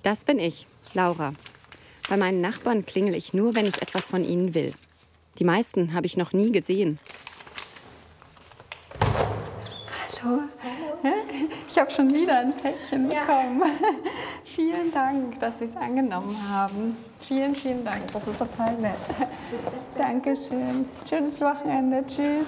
Das bin ich, Laura. Bei meinen Nachbarn klingel ich nur, wenn ich etwas von ihnen will. Die meisten habe ich noch nie gesehen. Hallo. Ich habe schon wieder ein Päckchen bekommen. Vielen Dank, dass Sie es angenommen haben. Vielen, vielen Dank. Das ist total nett. Dankeschön. Schönes Wochenende. Tschüss.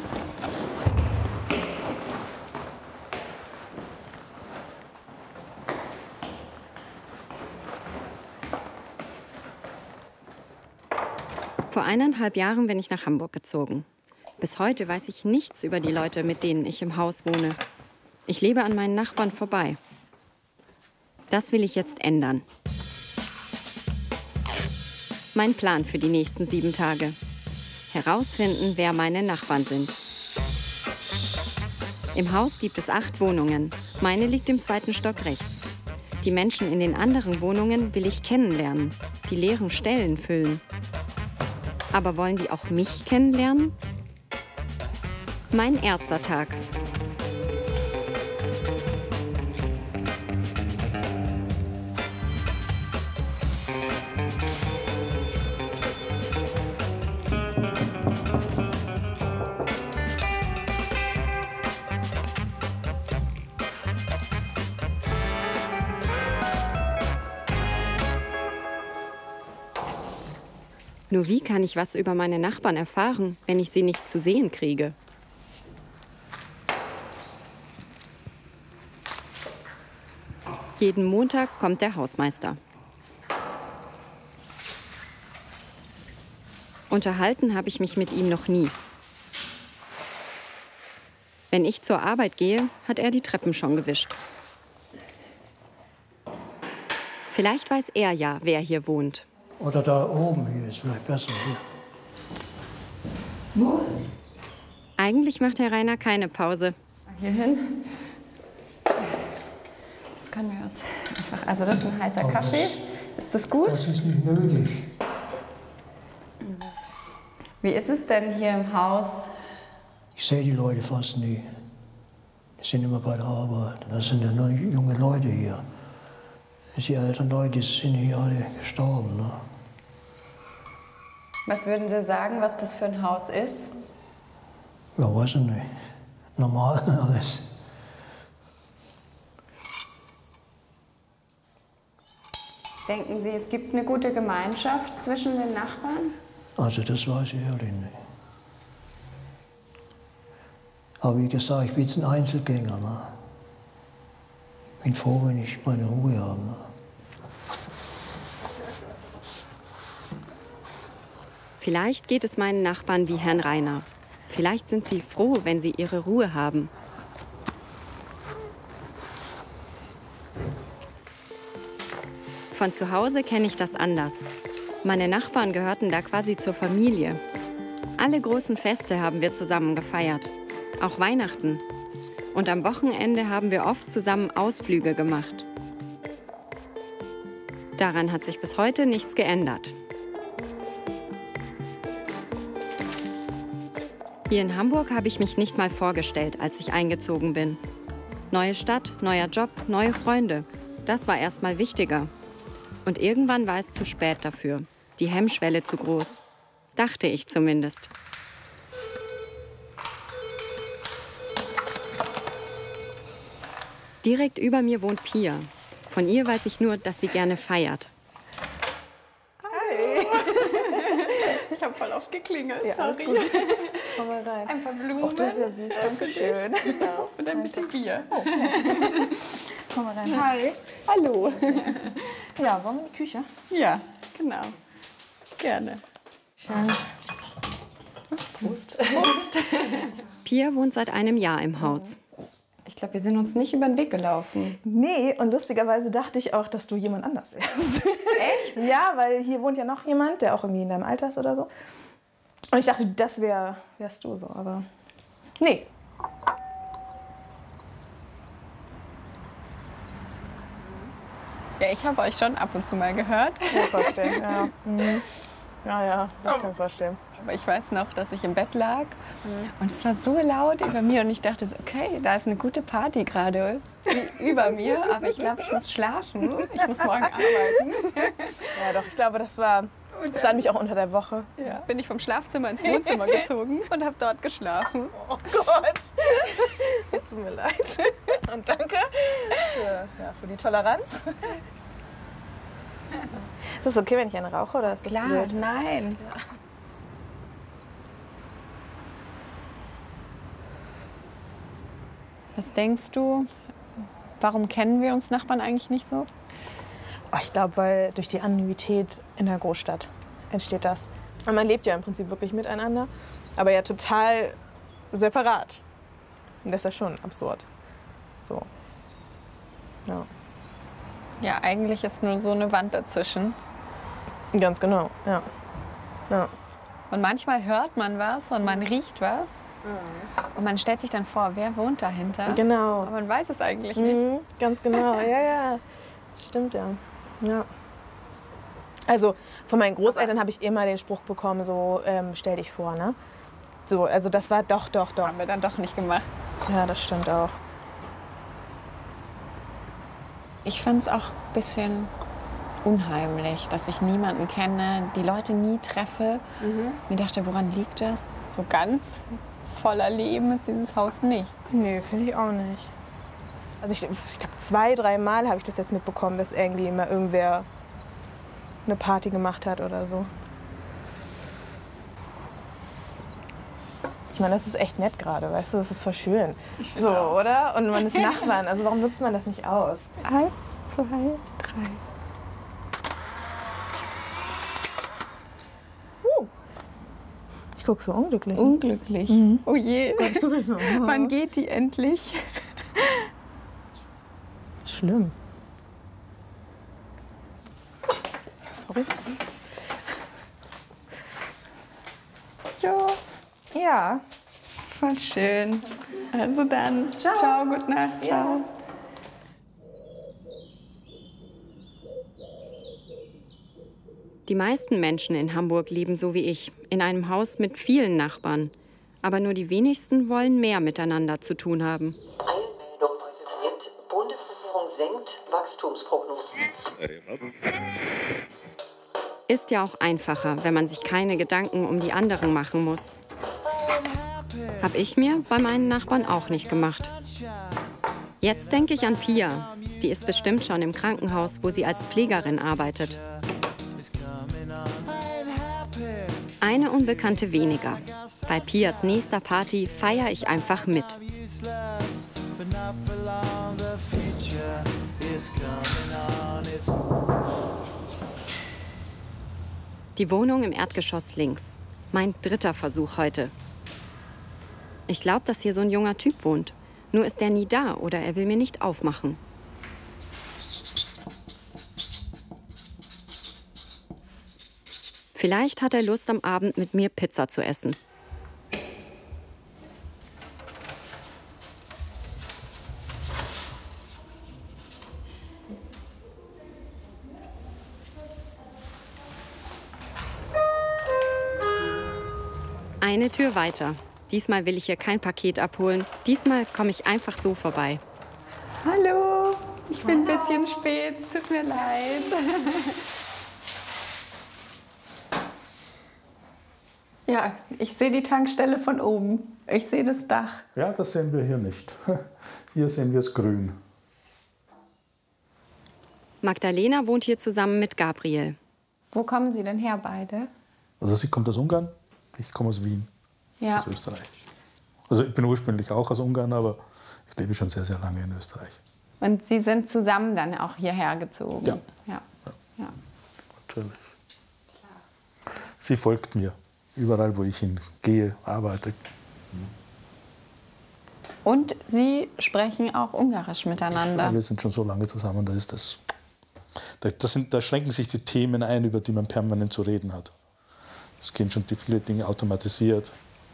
Vor 1,5 Jahren bin ich nach Hamburg gezogen. Bis heute weiß ich nichts über die Leute, mit denen ich im Haus wohne. Ich lebe an meinen Nachbarn vorbei. Das will ich jetzt ändern. Mein Plan für die nächsten 7 Tage. Herausfinden, wer meine Nachbarn sind. Im Haus gibt es 8 Wohnungen. Meine liegt im 2. Stock rechts. Die Menschen in den anderen Wohnungen will ich kennenlernen, die leeren Stellen füllen. Aber wollen die auch mich kennenlernen? Mein erster Tag. Nur wie kann ich was über meine Nachbarn erfahren, wenn ich sie nicht zu sehen kriege? Jeden Montag kommt der Hausmeister. Unterhalten habe ich mich mit ihm noch nie. Wenn ich zur Arbeit gehe, hat er die Treppen schon gewischt. Vielleicht weiß er ja, wer hier wohnt. Oder da oben hier ist vielleicht besser. Hier. Wo? Eigentlich macht Herr Rainer keine Pause. Hier hin. Das können wir uns einfach. Also das ist ein heißer Kaffee. Ist das gut? Das ist nicht nötig. Wie ist es denn hier im Haus? Ich sehe die Leute fast nie. Die sind immer bei der Arbeit. Das sind ja nur junge Leute hier. Die älteren Leute, die sind hier alle gestorben. Ne? Was würden Sie sagen, was das für ein Haus ist? Ja, weiß ich nicht. Normal alles. Denken Sie, es gibt eine gute Gemeinschaft zwischen den Nachbarn? Also das weiß ich ehrlich nicht. Aber wie gesagt, ich bin jetzt ein Einzelgänger. Ne? Bin froh, wenn ich meine Ruhe habe. Ne? Vielleicht geht es meinen Nachbarn wie Herrn Rainer. Vielleicht sind sie froh, wenn sie ihre Ruhe haben. Von zu Hause kenne ich das anders. Meine Nachbarn gehörten da quasi zur Familie. Alle großen Feste haben wir zusammen gefeiert. Auch Weihnachten. Und am Wochenende haben wir oft zusammen Ausflüge gemacht. Daran hat sich bis heute nichts geändert. Hier in Hamburg habe ich mich nicht mal vorgestellt, als ich eingezogen bin. Neue Stadt, neuer Job, neue Freunde. Das war erst mal wichtiger. Und irgendwann war es zu spät dafür. Die Hemmschwelle zu groß. Dachte ich zumindest. Direkt über mir wohnt Pia. Von ihr weiß ich nur, dass sie gerne feiert. Hi! Ich habe voll oft geklingelt, ja, sorry. Alles gut. Komm mal rein. Ein paar Blumen. Ach, das ist ja süß, danke schön. Ja, und ein bisschen Bier. Oh, komm mal rein. Hi. Hallo. Ja, wollen wir in die Küche? Ja, genau. Gerne. Schön. Prost. Pia wohnt seit einem Jahr im Haus. Ich glaube, wir sind uns nicht über den Weg gelaufen. Nee, und lustigerweise dachte ich auch, dass du jemand anders wärst. Echt? Ja, weil hier wohnt ja noch jemand, der auch irgendwie in deinem Alter ist oder so. Und ich dachte, das wärst du so, aber nee. Ja, ich habe euch schon ab und zu mal gehört. Kann ich mir vorstellen, ja. Mhm. Ja, das kann ich mir vorstellen. Aber ich weiß noch, dass ich im Bett lag und es war so laut über mir und ich dachte so, okay, da ist eine gute Party gerade über mir, aber ich glaube, ich muss schlafen. Ich muss morgen arbeiten. Ja, doch, ich glaube, das war mich auch unter der Woche. Ja. Bin ich vom Schlafzimmer ins Wohnzimmer gezogen und habe dort geschlafen. Oh Gott, das tut mir leid. Und danke für die Toleranz. Ist das okay, wenn ich eine rauche, oder ist das Klar, blöd? nein. Ja. Was denkst du, warum kennen wir uns Nachbarn eigentlich nicht so? Oh, ich glaube, weil durch die Anonymität in der Großstadt entsteht das. Und man lebt ja im Prinzip wirklich miteinander, aber ja total separat. Und das ist ja schon absurd. So. Ja. Ja, eigentlich ist nur so eine Wand dazwischen. Ganz genau, ja. Und manchmal hört man was und man riecht was. Und man stellt sich dann vor, wer wohnt dahinter? Genau. Aber man weiß es eigentlich nicht. Ganz genau, ja. Stimmt, ja. Also von meinen Großeltern habe ich immer den Spruch bekommen, so stell dich vor, ne? So, also das war doch. Haben wir dann doch nicht gemacht. Ja, das stimmt auch. Ich finde es auch ein bisschen unheimlich, dass ich niemanden kenne, die Leute nie treffe. Mir dachte, woran liegt das? So ganz voller Leben ist dieses Haus nicht. Nee, finde ich auch nicht. Also ich glaube 2, 3 Mal habe ich das jetzt mitbekommen, dass irgendwie mal irgendwer eine Party gemacht hat oder so. Ich meine, das ist echt nett gerade, weißt du, das ist voll schön. So, oder? Und man ist Nachbarn, also warum nutzt man das nicht aus? 1, 2, 3. Ich gucke so unglücklich. Unglücklich. Oh je. Gott, ich gucke so. Wann geht die endlich? Schlimm. Sorry. Jo. Ja. Voll schön. Also dann. Ciao, gute Nacht. Ciao. Die meisten Menschen in Hamburg leben so wie ich, in einem Haus mit vielen Nachbarn. Aber nur die wenigsten wollen mehr miteinander zu tun haben. Eilmeldung heute wird. Bundesregierung senkt Wachstumsprognosen. Ist ja auch einfacher, wenn man sich keine Gedanken um die anderen machen muss. Hab ich mir bei meinen Nachbarn auch nicht gemacht. Jetzt denke ich an Pia. Die ist bestimmt schon im Krankenhaus, wo sie als Pflegerin arbeitet. Eine Unbekannte weniger. Bei Pias nächster Party feiere ich einfach mit. Die Wohnung im Erdgeschoss links. Mein 3. Versuch heute. Ich glaube, dass hier so ein junger Typ wohnt. Nur ist er nie da oder er will mir nicht aufmachen. Vielleicht hat er Lust, am Abend mit mir Pizza zu essen. Eine Tür weiter. Diesmal will ich hier kein Paket abholen. Diesmal komme ich einfach so vorbei. Hallo. Ich bin ein bisschen spät. Es tut mir leid. Ja, ich sehe die Tankstelle von oben. Ich sehe das Dach. Ja, das sehen wir hier nicht. Hier sehen wir es grün. Magdalena wohnt hier zusammen mit Gabriel. Wo kommen Sie denn her, beide? Also sie kommt aus Ungarn, ich komme aus Wien, Ja. aus Österreich. Also ich bin ursprünglich auch aus Ungarn, aber ich lebe schon sehr, sehr lange in Österreich. Und Sie sind zusammen dann auch hierher gezogen? Ja. Ja. Natürlich. Sie folgt mir, überall wo ich hingehe, arbeite. Und Sie sprechen auch Ungarisch miteinander? Wir sind schon so lange zusammen, da schränken sich die Themen ein, über die man permanent zu reden hat. Es gehen schon viele Dinge automatisiert.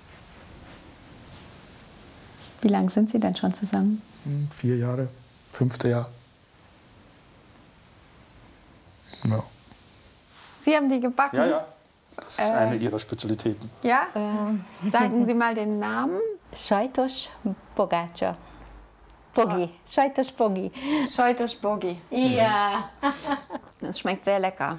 Wie lange sind Sie denn schon zusammen? 4 Jahre, 5. Jahr. Ja. Sie haben die gebacken? Ja. Das ist eine ihrer Spezialitäten. Ja? Sagen Sie mal den Namen. Sajtos pogácsa. Pogi. Sajtos pogi. Sajtos Bogi. Ja. Das schmeckt sehr lecker.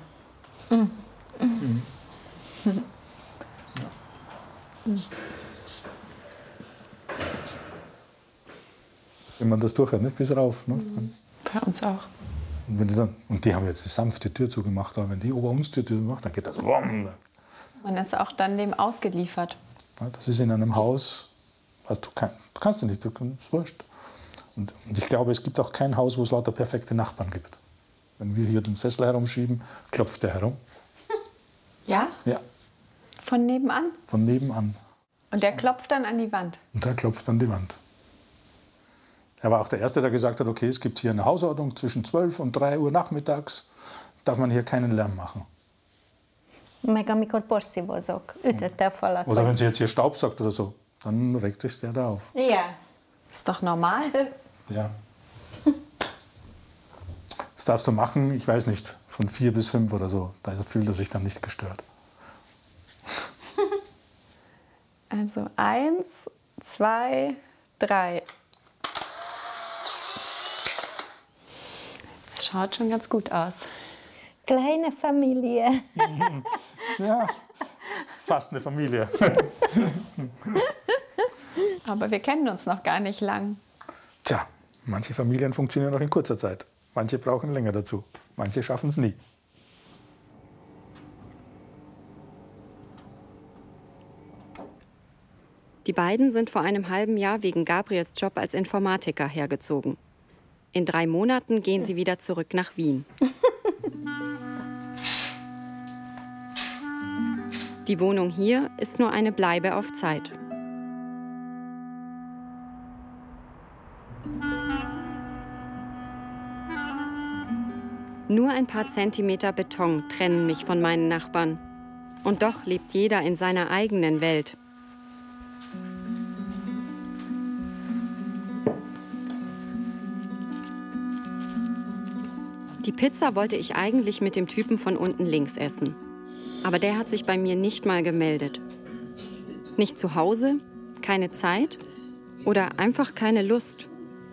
Wenn man das durchhört, nicht bis rauf. Ne? Bei uns auch. Und die haben jetzt die sanfte Tür zugemacht, aber wenn die ober uns die Tür macht, dann geht das. Man ist auch dann dem ausgeliefert. Ja, das ist in einem Haus, also du kannst du nicht, das ist wurscht. Und ich glaube, es gibt auch kein Haus, wo es lauter perfekte Nachbarn gibt. Wenn wir hier den Sessel herumschieben, klopft der herum. Ja? Ja, Von nebenan? von nebenan. Und der klopft dann an die Wand. Und der klopft an die Wand. Er war auch der Erste, der gesagt hat, okay, es gibt hier eine Hausordnung zwischen 12 und 3 Uhr nachmittags, darf man hier keinen Lärm machen. Meg amikor porszívozok, ütötte a falat. Oder wenn sie jetzt hier staubsaugt oder so, dann regt es der da auf. Ja. Ist doch normal. Ja. Das darfst du machen, ich weiß nicht, von 4 bis 5 oder so. Da fühlt er sich dann nicht gestört. Also 1, 2, 3. Das schaut schon ganz gut aus. Kleine Familie. Ja, fast eine Familie. Aber wir kennen uns noch gar nicht lang. Tja, manche Familien funktionieren auch in kurzer Zeit. Manche brauchen länger dazu. Manche schaffen es nie. Die beiden sind vor einem halben Jahr wegen Gabriels Job als Informatiker hergezogen. In 3 Monaten gehen sie wieder zurück nach Wien. Die Wohnung hier ist nur eine Bleibe auf Zeit. Nur ein paar Zentimeter Beton trennen mich von meinen Nachbarn. Und doch lebt jeder in seiner eigenen Welt. Die Pizza wollte ich eigentlich mit dem Typen von unten links essen. Aber der hat sich bei mir nicht mal gemeldet. Nicht zu Hause, keine Zeit oder einfach keine Lust.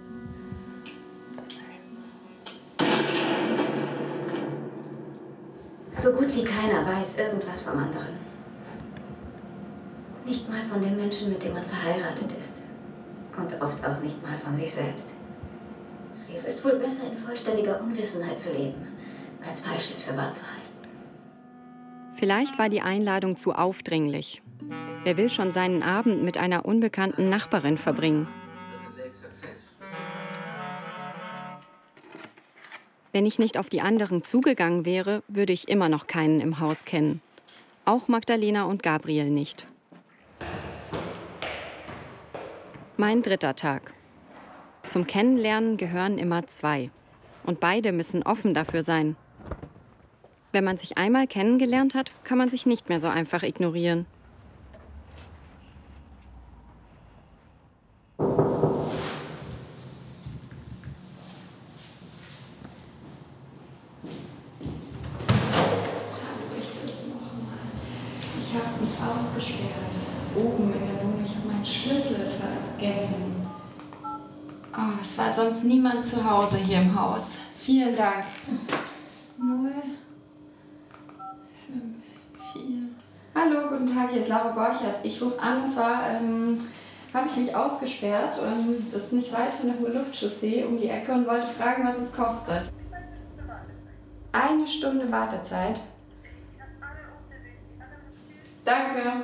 So gut wie keiner weiß irgendwas vom anderen. Nicht mal von dem Menschen, mit dem man verheiratet ist. Und oft auch nicht mal von sich selbst. Es ist wohl besser, in vollständiger Unwissenheit zu leben, als Falsches für wahr zu halten. Vielleicht war die Einladung zu aufdringlich. Wer will schon seinen Abend mit einer unbekannten Nachbarin verbringen? Wenn ich nicht auf die anderen zugegangen wäre, würde ich immer noch keinen im Haus kennen. Auch Magdalena und Gabriel nicht. Mein 3. Tag. Zum Kennenlernen gehören immer 2. Und beide müssen offen dafür sein. Wenn man sich einmal kennengelernt hat, kann man sich nicht mehr so einfach ignorieren. Ich habe mich ausgesperrt. Oben in der Wohnung. Ich habe meinen Schlüssel vergessen. Oh, es war sonst niemand zu Hause hier im Haus. Vielen Dank. 0, 5, 4. Hallo, guten Tag, hier ist Laura Borchert. Ich rufe an, und zwar habe ich mich ausgesperrt. Das ist nicht weit von der Hohe Luftchaussee um die Ecke und wollte fragen, was es kostet. 1 Stunde Wartezeit. Danke.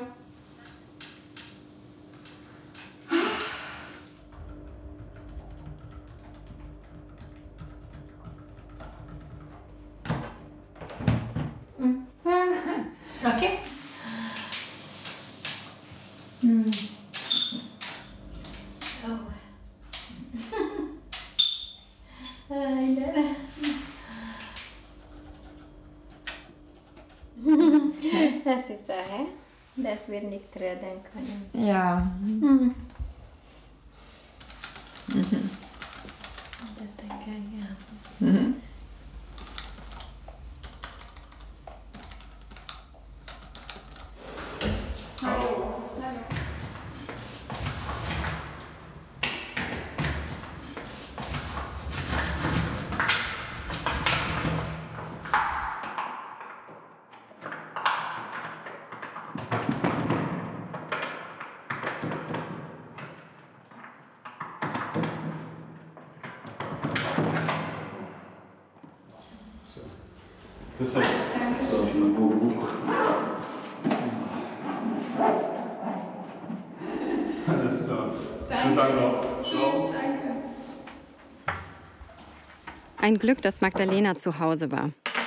Okay. Das ist Sache, dass wir nicht reden können. Ja. Das denke ich, ja. Perfekt. Danke. So, ich mein Buch. Alles klar. Schönen Tag noch. Ciao. Danke. Ein Glück, dass Magdalena zu Hause war.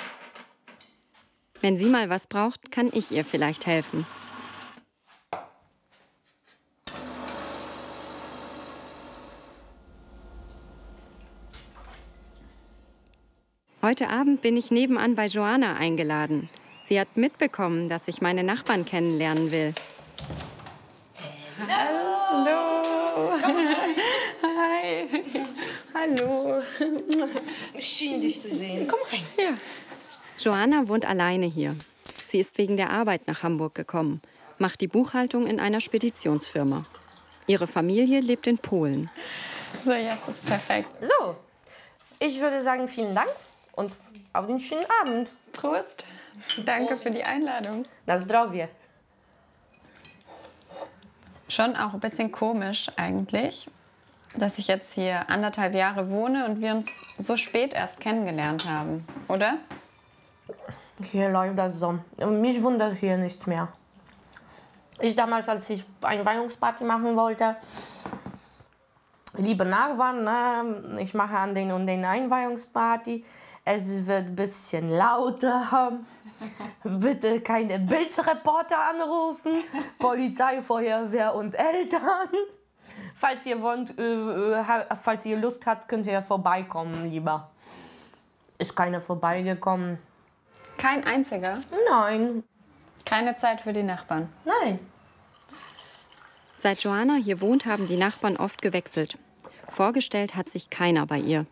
Wenn sie mal was braucht, kann ich ihr vielleicht helfen. Heute Abend bin ich nebenan bei Joanna eingeladen. Sie hat mitbekommen, dass ich meine Nachbarn kennenlernen will. Hallo. Hi. Hallo. Schön, dich zu sehen. Komm rein. Ja. Joanna wohnt alleine hier. Sie ist wegen der Arbeit nach Hamburg gekommen, macht die Buchhaltung in einer Speditionsfirma. Ihre Familie lebt in Polen. So, jetzt ist perfekt. So, ich würde sagen, vielen Dank und auf den schönen Abend. Prost. Danke für die Einladung. Na zdrowie. Schon auch ein bisschen komisch eigentlich, dass ich jetzt hier 1,5 Jahre wohne und wir uns so spät erst kennengelernt haben, oder? Hier läuft das so. Mich wundert hier nichts mehr. Ich damals, als ich Einweihungsparty machen wollte, liebe Nachbarn, ne, ich mache an den und den Einweihungsparty. Es wird ein bisschen lauter. Bitte keine Bildreporter anrufen. Polizei, Feuerwehr und Eltern. Falls ihr wollt, falls ihr Lust habt, könnt ihr vorbeikommen, lieber. Ist keiner vorbeigekommen. Kein einziger? Nein. Keine Zeit für die Nachbarn? Nein. Seit Joanna hier wohnt, haben die Nachbarn oft gewechselt. Vorgestellt hat sich keiner bei ihr.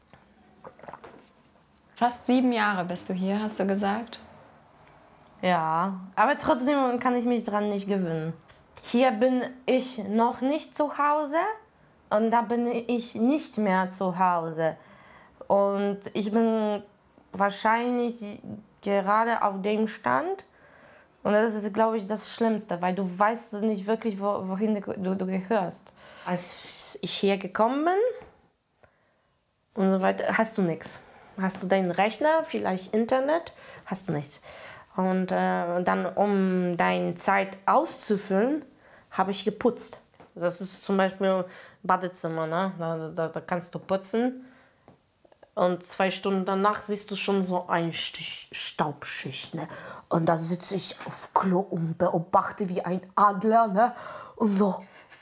Fast 7 Jahre bist du hier, hast du gesagt? Ja, aber trotzdem kann ich mich dran nicht gewöhnen. Hier bin ich noch nicht zu Hause und da bin ich nicht mehr zu Hause. Und ich bin wahrscheinlich gerade auf dem Stand. Und das ist, glaube ich, das Schlimmste, weil du weißt nicht wirklich, wohin du gehörst. Als ich hier gekommen bin und so weiter, hast du nichts. Hast du deinen Rechner, vielleicht Internet, hast du nichts. Und dann, um deine Zeit auszufüllen, habe ich geputzt. Das ist zum Beispiel Badezimmer, ne? Da kannst du putzen. Und 2 Stunden danach siehst du schon so eine Staubschicht. Ne? Und da sitze ich auf Klo und beobachte wie ein Adler. Ne? Und so.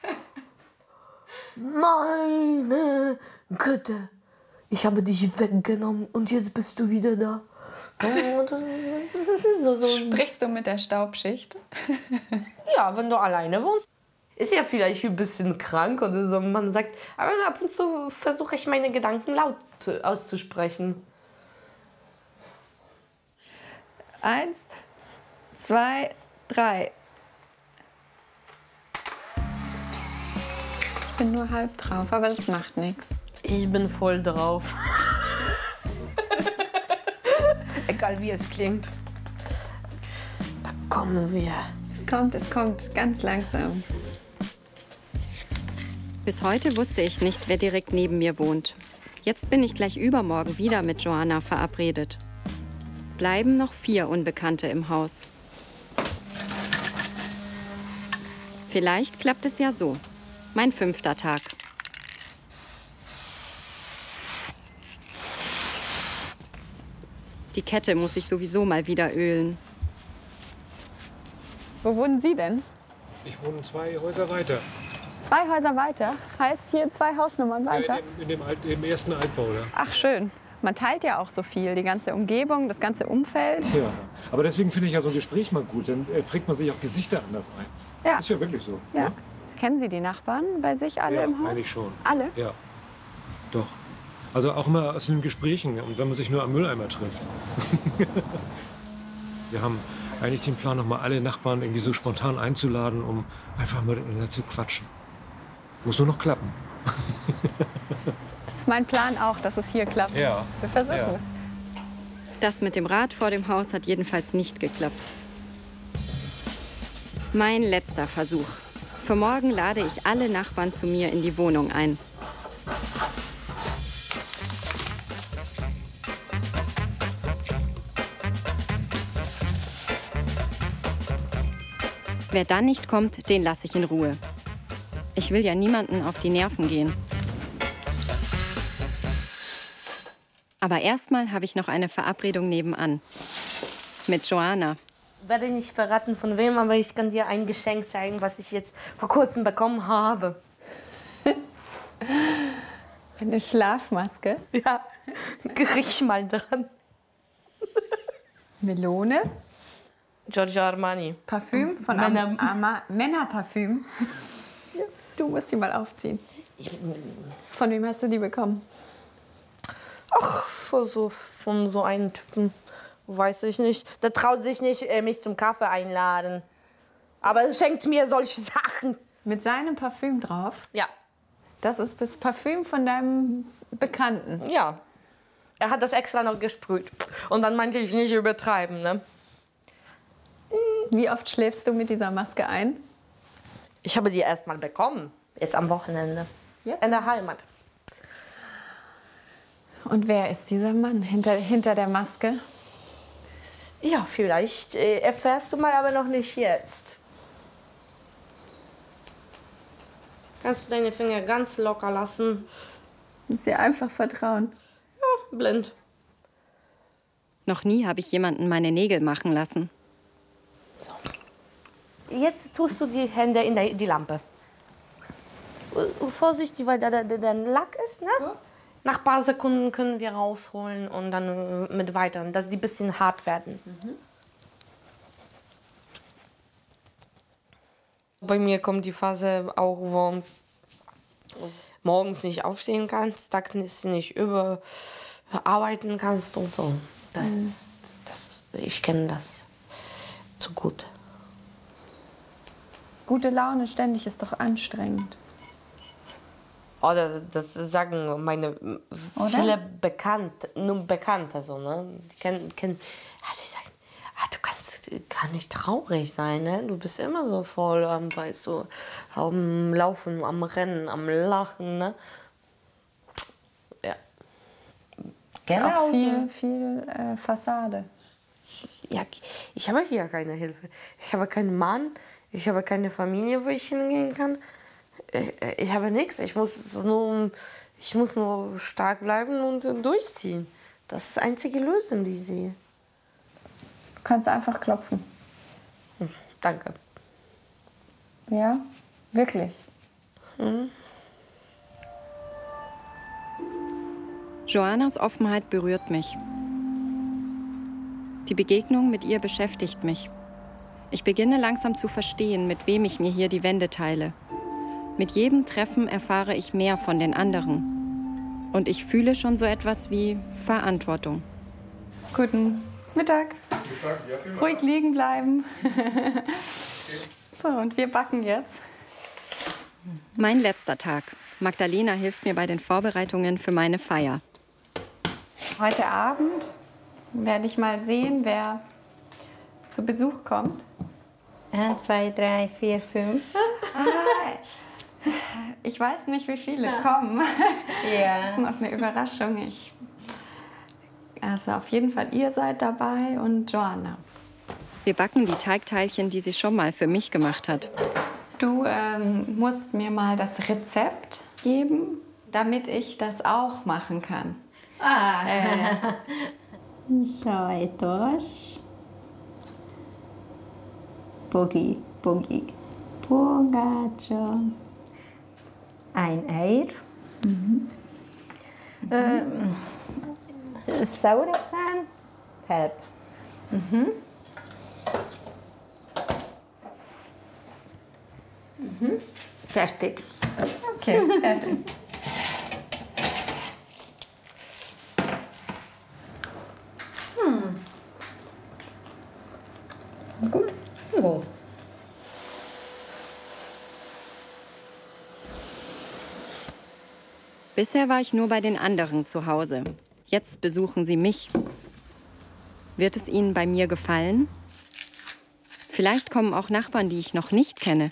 Meine Güte, ich habe dich weggenommen und jetzt bist du wieder da. Sprichst du mit der Staubschicht? Ja, wenn du alleine wohnst. Ist ja vielleicht ein bisschen krank oder so. Man sagt, aber ab und zu versuche ich meine Gedanken laut auszusprechen. 1, 2, 3. Ich bin nur halb drauf, aber das macht nichts. Ich bin voll drauf. Egal wie es klingt. Da kommen wir. Es kommt, ganz langsam. Bis heute wusste ich nicht, wer direkt neben mir wohnt. Jetzt bin ich gleich übermorgen wieder mit Joanna verabredet. Bleiben noch 4 Unbekannte im Haus. Vielleicht klappt es ja so. Mein 5. Tag. Die Kette muss ich sowieso mal wieder ölen. Wo wohnen Sie denn? Ich wohne 2 Häuser weiter. 2 Häuser weiter? Heißt hier 2 Hausnummern weiter? Im ersten Altbau, ja. Ach, schön. Man teilt ja auch so viel, die ganze Umgebung, das ganze Umfeld. Ja, aber deswegen finde ich ja so ein Gespräch mal gut. Dann prägt man sich auch Gesichter anders ein. Ja. Ist ja wirklich so. Ja. Ne? Kennen Sie die Nachbarn bei sich alle Ja, im Haus? eigentlich schon. Alle? Ja, doch. Also auch immer aus den Gesprächen und wenn man sich nur am Mülleimer trifft. Wir haben eigentlich den Plan, noch mal alle Nachbarn irgendwie so spontan einzuladen, um einfach miteinander zu quatschen. Muss nur noch klappen. Das ist mein Plan auch, dass es hier klappt. Ja. Wir versuchen Ja. es. Das mit dem Rad vor dem Haus hat jedenfalls nicht geklappt. Mein letzter Versuch. Für morgen lade ich alle Nachbarn zu mir in die Wohnung ein. Wer dann nicht kommt, den lasse ich in Ruhe. Ich will ja niemanden auf die Nerven gehen. Aber erstmal habe ich noch eine Verabredung nebenan. Mit Joanna. Ich werde nicht verraten, von wem, aber ich kann dir ein Geschenk zeigen, was ich jetzt vor kurzem bekommen habe. Eine Schlafmaske? Ja, riech mal dran. Melone? Giorgio Armani. Parfüm von Männerparfüm. Ja, du musst die mal aufziehen. Von wem hast du die bekommen? Ach, von so einem Typen, weiß ich nicht. Der traut sich nicht, mich zum Kaffee einladen. Aber es schenkt mir solche Sachen. Mit seinem Parfüm drauf? Ja. Das ist das Parfüm von deinem Bekannten? Ja. Er hat das extra noch gesprüht. Und dann meinte ich nicht übertreiben, ne? Wie oft schläfst du mit dieser Maske ein? Ich habe die erst mal bekommen. Jetzt am Wochenende. Jetzt? In der Heimat. Und wer ist dieser Mann hinter der Maske? Ja, vielleicht erfährst du mal, aber noch nicht jetzt. Kannst du deine Finger ganz locker lassen? Muss dir einfach vertrauen. Ja, blind. Noch nie habe ich jemanden meine Nägel machen lassen. So. Jetzt tust du die Hände in die Lampe. Vorsichtig, weil da der Lack ist, ne? So. Nach ein paar Sekunden können wir rausholen und dann mit weiteren, dass die ein bisschen hart werden. Mhm. Bei mir kommt die Phase auch, wo morgens nicht aufstehen kannst, tags nicht überarbeiten kannst und so. Ich kenne das zu gut. Gute Laune ständig ist doch anstrengend. Oder das sagen meine viele Bekannte, so, ne? Die kennen, die sagen, du kannst gar nicht traurig sein, ne? Du bist immer so voll weißt du, am Laufen, am Rennen, am Lachen, ne? Ja. Genau. Viel Fassade. Ja, ich habe hier keine Hilfe. Ich habe keinen Mann, ich habe keine Familie, wo ich hingehen kann. Ich habe nichts. Ich muss nur stark bleiben und durchziehen. Das ist die einzige Lösung, die ich sehe. Du kannst einfach klopfen. Danke. Ja, wirklich. Mhm. Joannas Offenheit berührt mich. Die Begegnung mit ihr beschäftigt mich. Ich beginne langsam zu verstehen, mit wem ich mir hier die Wände teile. Mit jedem Treffen erfahre ich mehr von den anderen. Und ich fühle schon so etwas wie Verantwortung. Guten Mittag. Ruhig liegen bleiben. So, und wir backen jetzt. Mein letzter Tag. Magdalena hilft mir bei den Vorbereitungen für meine Feier. Heute Abend werde ich mal sehen, wer zu Besuch kommt. 1, 2, 3, 4, 5. Ich weiß nicht, wie viele kommen. Ja. Das ist noch eine Überraschung. Also auf jeden Fall, ihr seid dabei und Joanna. Wir backen die Teigteilchen, die sie schon mal für mich gemacht hat. Du musst mir mal das Rezept geben, damit ich das auch machen kann. Sajtos. Bogi. Pogácsa. Ein Eier. Sauerasahn. Halb. Fertig. Okay, fertig. Gut. Gut. Bisher war ich nur bei den anderen zu Hause. Jetzt besuchen sie mich. Wird es ihnen bei mir gefallen? Vielleicht kommen auch Nachbarn, die ich noch nicht kenne.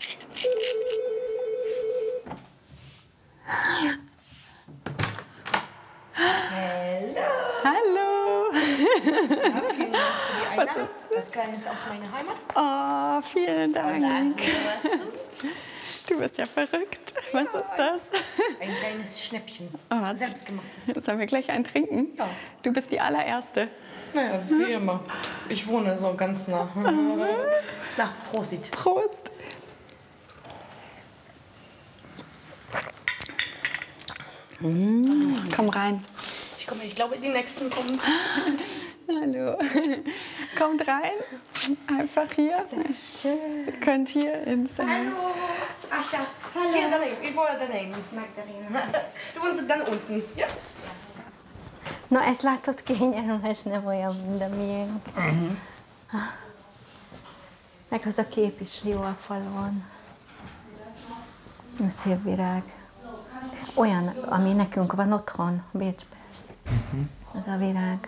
Hallo. Kleines aus meiner Heimat. Oh, vielen Dank. Du bist ja verrückt. Was ist das? Ein kleines Schnäppchen. Oh, Selbstgemachtes. sollen wir gleich einen trinken? Ja. Du bist die allererste. Naja, wie immer. Ich wohne so ganz nah. Na, Prosit. Prost. Komm rein. Ich glaube, die nächsten kommen. Hallo. Kommt rein. Einfach hier. Sehr schön. Ihr könnt hier ins... Hallo, Ascha. Hallo. Hier daneben. Ich wohne daneben. Magdalena. Du wohnst dann unten. Ja. No, ezt látod, kényelmes, nem olyan, mint a miénk. Meg az a kép is jó a falon. A szép virág. Olyan, ami nekünk van otthon, Bécsben. Ez a virág.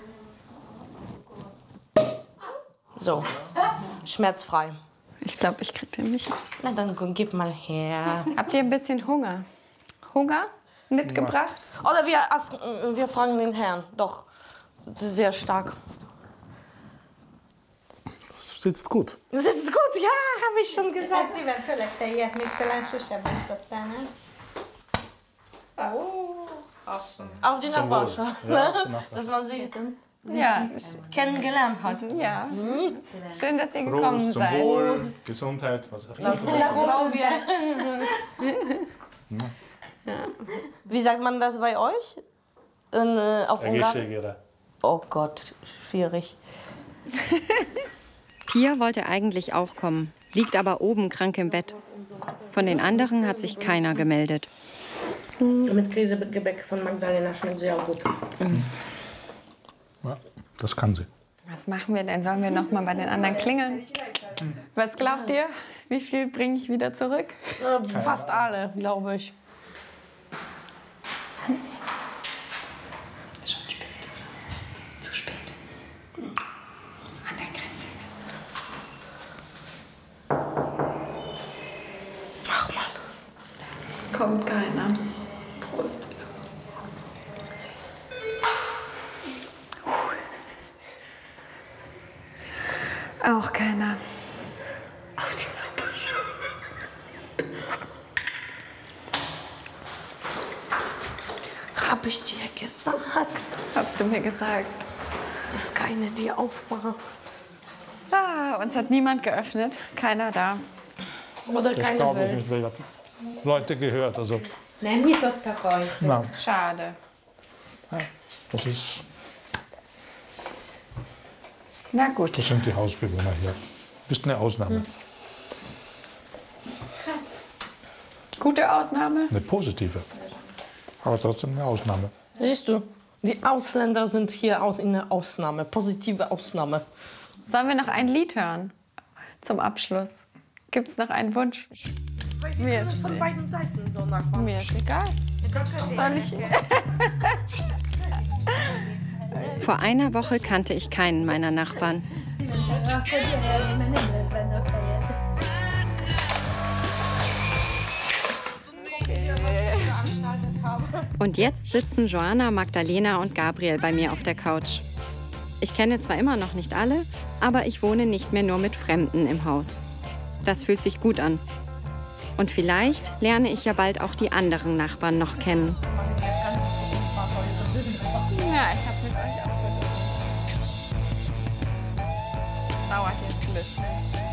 So, schmerzfrei. Ich glaube, ich krieg den nicht. Na dann gib mal her. Habt ihr ein bisschen Hunger? Hunger mitgebracht? Oder wir fragen den Herrn. Doch, das ist sehr stark. Das sitzt gut. Das sitzt gut, ja, habe ich schon gesagt. Szíven főleg te ilyet még talán sosem szoktál, nem? Auf die Nachbarschaft, Ja, dass man sie Ja. kennengelernt hat. Ja. Schön, dass ihr gekommen Prost, zum seid. Wohl, Gesundheit, was auch immer. Wie sagt man das bei euch? Auf Ungarn? Egészségére. Oh Gott, schwierig. Pia wollte eigentlich auch kommen, liegt aber oben krank im Bett. Von den anderen hat sich keiner gemeldet. Mit Käsegebäck von Magdalena schmeckt sie auch gut. Ja, das kann sie. Was machen wir denn? Sollen wir noch mal bei den anderen klingeln? Was glaubt ihr? Wie viel bringe ich wieder zurück? Fast alle, glaube ich. Ist schon spät. Zu spät. An der Grenze. Ach mal. Kommt keiner. Prost. Auch keiner. Auf die Hab ich dir gesagt? Hast du mir gesagt? Dass keine die aufmacht. Ah, uns hat niemand geöffnet. Keiner da. Oder Ich keine glaube will. nicht, wer hat Leute gehört. Also, Nem nyitottak ajtót. na, Schade. das ist. Na gut. Das sind die Hausbewohner hier. Ist eine Ausnahme. Gute Ausnahme. Eine positive. Aber trotzdem eine Ausnahme. Siehst du, die Ausländer sind hier in der Ausnahme, positive Ausnahme. Sollen wir noch ein Lied hören? Zum Abschluss. Gibt es noch einen Wunsch? Mir ist, Von beiden Seiten so nach mir ist egal. Soll ich? Vor einer Woche kannte ich keinen meiner Nachbarn. Und jetzt sitzen Joanna, Magdalena und Gabriel bei mir auf der Couch. Ich kenne zwar immer noch nicht alle, aber ich wohne nicht mehr nur mit Fremden im Haus. Das fühlt sich gut an. Und vielleicht lerne ich ja bald auch die anderen Nachbarn noch kennen. Ja, ich habe mit euch auch. Dauert jetzt ein bisschen.